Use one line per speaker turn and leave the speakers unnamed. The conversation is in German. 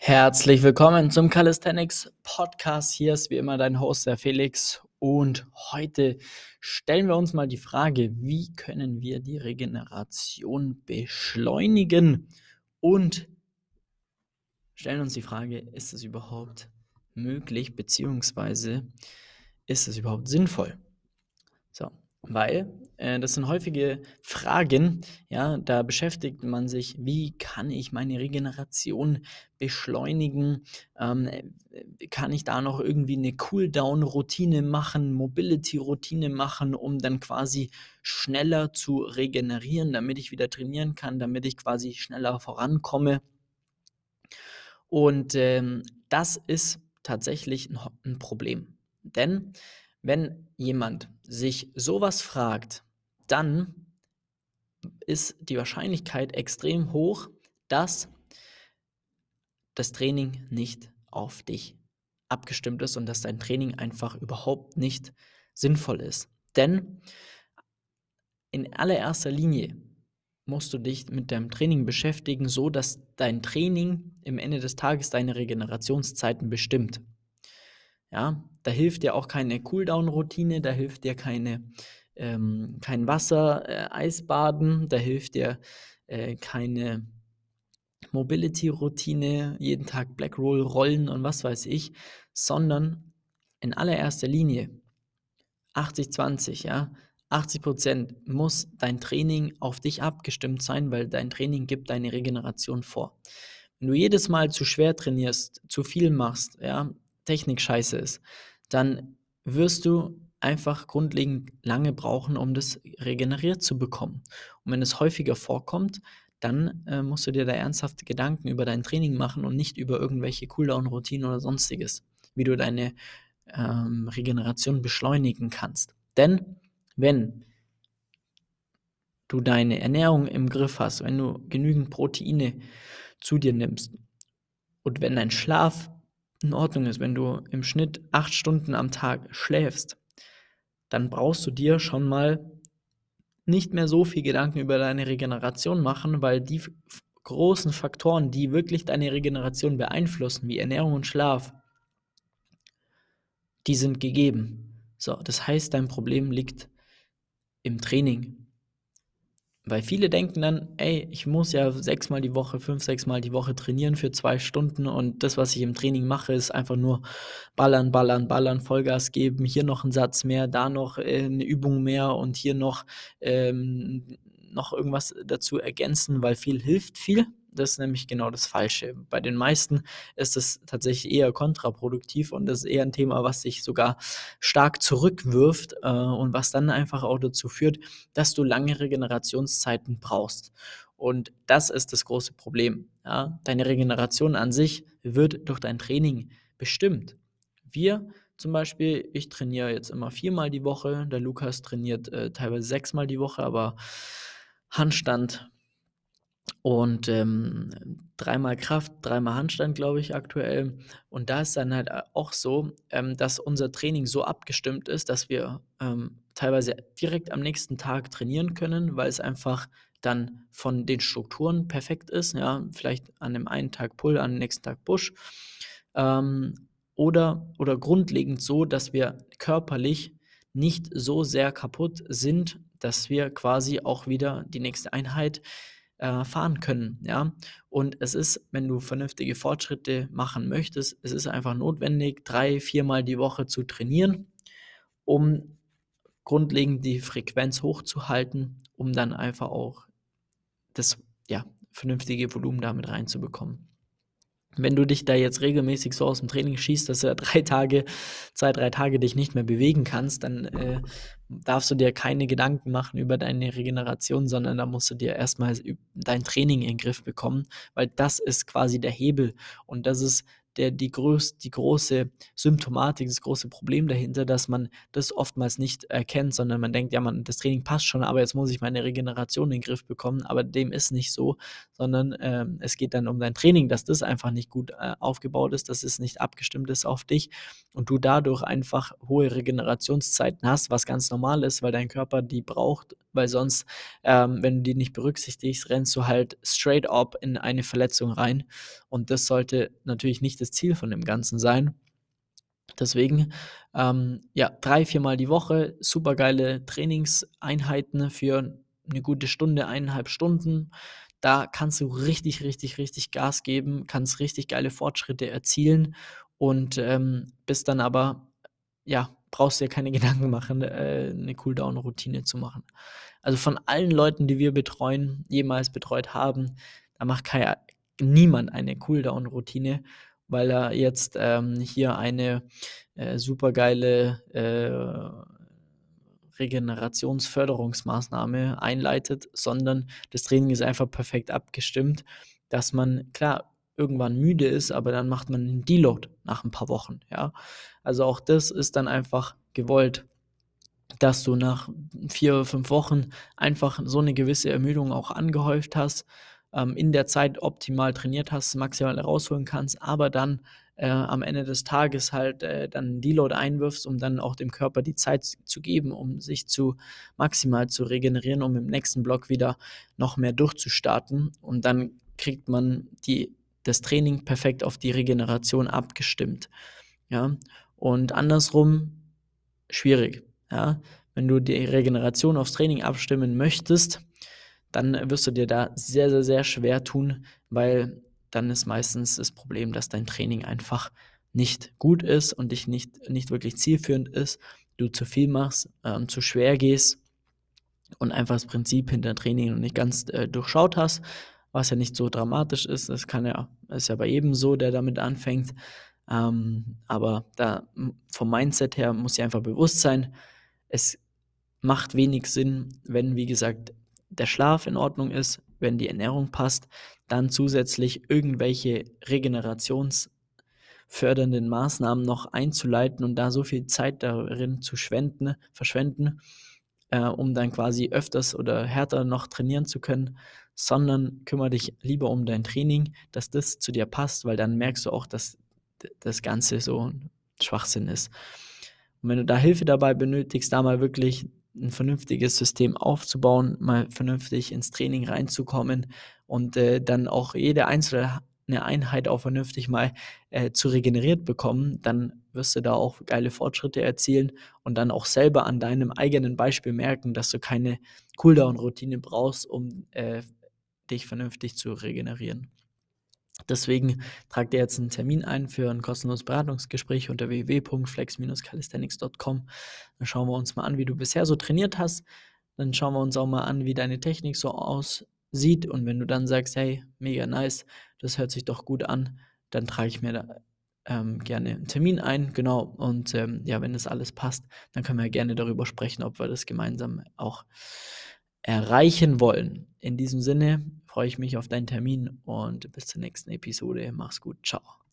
Herzlich willkommen zum Calisthenics Podcast. Hier ist wie immer dein Host, der Felix. Und heute stellen wir uns mal die Frage, wie können wir die Regeneration beschleunigen? Und stellen uns die Frage, ist es überhaupt möglich, beziehungsweise ist es überhaupt sinnvoll? So, weil das sind häufige Fragen, ja, da beschäftigt man sich, wie kann ich meine Regeneration beschleunigen? Kann ich da noch irgendwie eine Cooldown-Routine machen, Mobility-Routine machen, um dann quasi schneller zu regenerieren, damit ich wieder trainieren kann, damit ich quasi schneller vorankomme? Und das ist tatsächlich ein Problem. Denn wenn jemand sich sowas fragt, dann ist die Wahrscheinlichkeit extrem hoch, dass das Training nicht auf dich abgestimmt ist und dass dein Training einfach überhaupt nicht sinnvoll ist. Denn in allererster Linie musst du dich mit deinem Training beschäftigen, so dass dein Training am Ende des Tages deine Regenerationszeiten bestimmt. Ja, da hilft dir auch keine Cooldown-Routine, da hilft dir kein Wasser, Eisbaden, da hilft dir keine Mobility-Routine, jeden Tag Blackroll rollen und was weiß ich, sondern in allererster Linie 80/20, ja. 80% muss dein Training auf dich abgestimmt sein, weil dein Training gibt deine Regeneration vor. Wenn du jedes Mal zu schwer trainierst, zu viel machst, ja, Technik scheiße ist, dann wirst du einfach grundlegend lange brauchen, um das regeneriert zu bekommen. Und wenn es häufiger vorkommt, dann musst du dir da ernsthafte Gedanken über dein Training machen und nicht über irgendwelche Cooldown-Routinen oder sonstiges, wie du deine Regeneration beschleunigen kannst. Denn wenn du deine Ernährung im Griff hast, wenn du genügend Proteine zu dir nimmst und wenn dein Schlaf in Ordnung ist, wenn du im Schnitt 8 Stunden am Tag schläfst, dann brauchst du dir schon mal nicht mehr so viel Gedanken über deine Regeneration machen, weil die großen Faktoren, die wirklich deine Regeneration beeinflussen, wie Ernährung und Schlaf, die sind gegeben. So, das heißt, dein Problem liegt im Training. Weil viele denken dann, ey, ich muss ja 6-mal die Woche, 5-6-mal die Woche trainieren für 2 Stunden und das, was ich im Training mache, ist einfach nur ballern, ballern, ballern, Vollgas geben, hier noch 'n Satz mehr, da noch 'ne Übung mehr und hier noch irgendwas dazu ergänzen, weil viel hilft viel. Das ist nämlich genau das Falsche. Bei den meisten ist es tatsächlich eher kontraproduktiv und das ist eher ein Thema, was dich sogar stark zurückwirft, und was dann einfach auch dazu führt, dass du lange Regenerationszeiten brauchst. Und das ist das große Problem, ja? Deine Regeneration an sich wird durch dein Training bestimmt. Wir zum Beispiel, ich trainiere jetzt immer 4-mal die Woche, der Lukas trainiert, teilweise 6-mal die Woche, aber Handstand und 3-mal Kraft, 3-mal Handstand, glaube ich, aktuell. Und da ist dann halt auch so, dass unser Training so abgestimmt ist, dass wir teilweise direkt am nächsten Tag trainieren können, weil es einfach dann von den Strukturen perfekt ist, ja. Vielleicht an dem einen Tag Pull, am nächsten Tag Push. Oder grundlegend so, dass wir körperlich nicht so sehr kaputt sind, dass wir quasi auch wieder die nächste Einheit fahren können, ja? Und es ist, wenn du vernünftige Fortschritte machen möchtest, es ist einfach notwendig, 3-4-mal die Woche zu trainieren, um grundlegend die Frequenz hochzuhalten, um dann einfach auch das, ja, vernünftige Volumen damit reinzubekommen. Wenn du dich da jetzt regelmäßig so aus dem Training schießt, dass du 3 Tage 2-3 Tage dich nicht mehr bewegen kannst, dann darfst du dir keine Gedanken machen über deine Regeneration, sondern da musst du dir erst mal dein Training in den Griff bekommen, weil das ist quasi der Hebel und das ist die große Symptomatik, das große Problem dahinter, dass man das oftmals nicht erkennt, sondern man denkt: „Ja, das Training passt schon, aber jetzt muss ich meine Regeneration in den Griff bekommen.“ Aber dem ist nicht so, sondern es geht dann um dein Training, dass das einfach nicht gut aufgebaut ist, dass es nicht abgestimmt ist auf dich und du dadurch einfach hohe Regenerationszeiten hast, was ganz normal ist, weil dein Körper die braucht, weil sonst, wenn du die nicht berücksichtigst, rennst du halt straight up in eine Verletzung rein und das sollte natürlich nicht das Ziel von dem Ganzen sein. Deswegen, ja, 3, viermal die Woche, supergeile Trainingseinheiten für eine gute Stunde, 1,5 Stunden. Da kannst du richtig, richtig, richtig Gas geben, kannst richtig geile Fortschritte erzielen und, bist dann aber ja, brauchst dir keine Gedanken machen, 'ne Cooldown-Routine zu machen. Also, von allen Leuten, die wir betreuen jemals betreut haben, da macht niemand eine Cooldown-Routine, weil er jetzt, hier eine, supergeile, Regenerationsförderungsmaßnahme einleitet, sondern das Training ist einfach perfekt abgestimmt, dass man klar irgendwann müde ist, aber dann macht man 'n Deload nach ein paar Wochen, ja? Also, auch das ist dann einfach gewollt, dass du nach 4, 5 Wochen einfach so eine gewisse Ermüdung auch angehäuft hast, in der Zeit optimal trainiert hast, maximal rausholen kannst, aber dann, am Ende des Tages halt, dann 'n Deload einwirfst, um dann auch dem Körper die Zeit zu geben, um sich maximal zu regenerieren, um im nächsten Block wieder noch mehr durchzustarten. Und dann kriegt man das Training perfekt auf die Regeneration abgestimmt, ja? Und andersrum schwierig, ja? Wenn du die Regeneration aufs Training abstimmen möchtest, dann wirst du dir da sehr, sehr, sehr schwer tun, weil dann ist meistens das Problem, dass dein Training einfach nicht gut ist und dich nicht wirklich zielführend ist, du zu viel machst, zu schwer gehst und einfach das Prinzip hinter Training noch nicht ganz, durchschaut hast, was ja nicht so dramatisch ist. Ist ja bei jedem so, der damit anfängt. Aber vom Mindset her muss dir einfach bewusst sein, es macht wenig Sinn, wenn, wie gesagt, der Schlaf in Ordnung ist, wenn die Ernährung passt, dann zusätzlich irgendwelche regenerationsfördernden Maßnahmen noch einzuleiten und da so viel Zeit darin zu verschwenden, um dann quasi öfters oder härter noch trainieren zu können, sondern kümmere dich lieber um dein Training, dass das zu dir passt, weil dann merkst du auch, dass das Ganze so 'n Schwachsinn ist. Und wenn du da Hilfe dabei benötigst, da mal wirklich ein vernünftiges System aufzubauen, mal vernünftig ins Training reinzukommen und, dann auch jede einzelne Einheit auch vernünftig mal, zu regeneriert bekommen, dann wirst du da auch geile Fortschritte erzielen und dann auch selber an deinem eigenen Beispiel merken, dass du keine Cooldown-Routine brauchst, um, dich vernünftig zu regenerieren. Deswegen trag dir jetzt einen Termin ein für ein kostenloses Beratungsgespräch unter www.flex-calisthenics.com. Dann schauen wir uns mal an, wie du bisher so trainiert hast. Dann schauen wir uns auch mal an, wie deine Technik so aussieht. Und wenn du dann sagst: „Hey, mega nice, das hört sich doch gut an“, dann trage ich mir da, gerne einen Termin ein, genau. Und, ja, wenn das alles passt, dann können wir ja gerne darüber sprechen, ob wir das gemeinsam auch erreichen wollen. In diesem Sinne freue ich mich auf deinen Termin und bis zur nächsten Episode. Mach's gut. Ciao.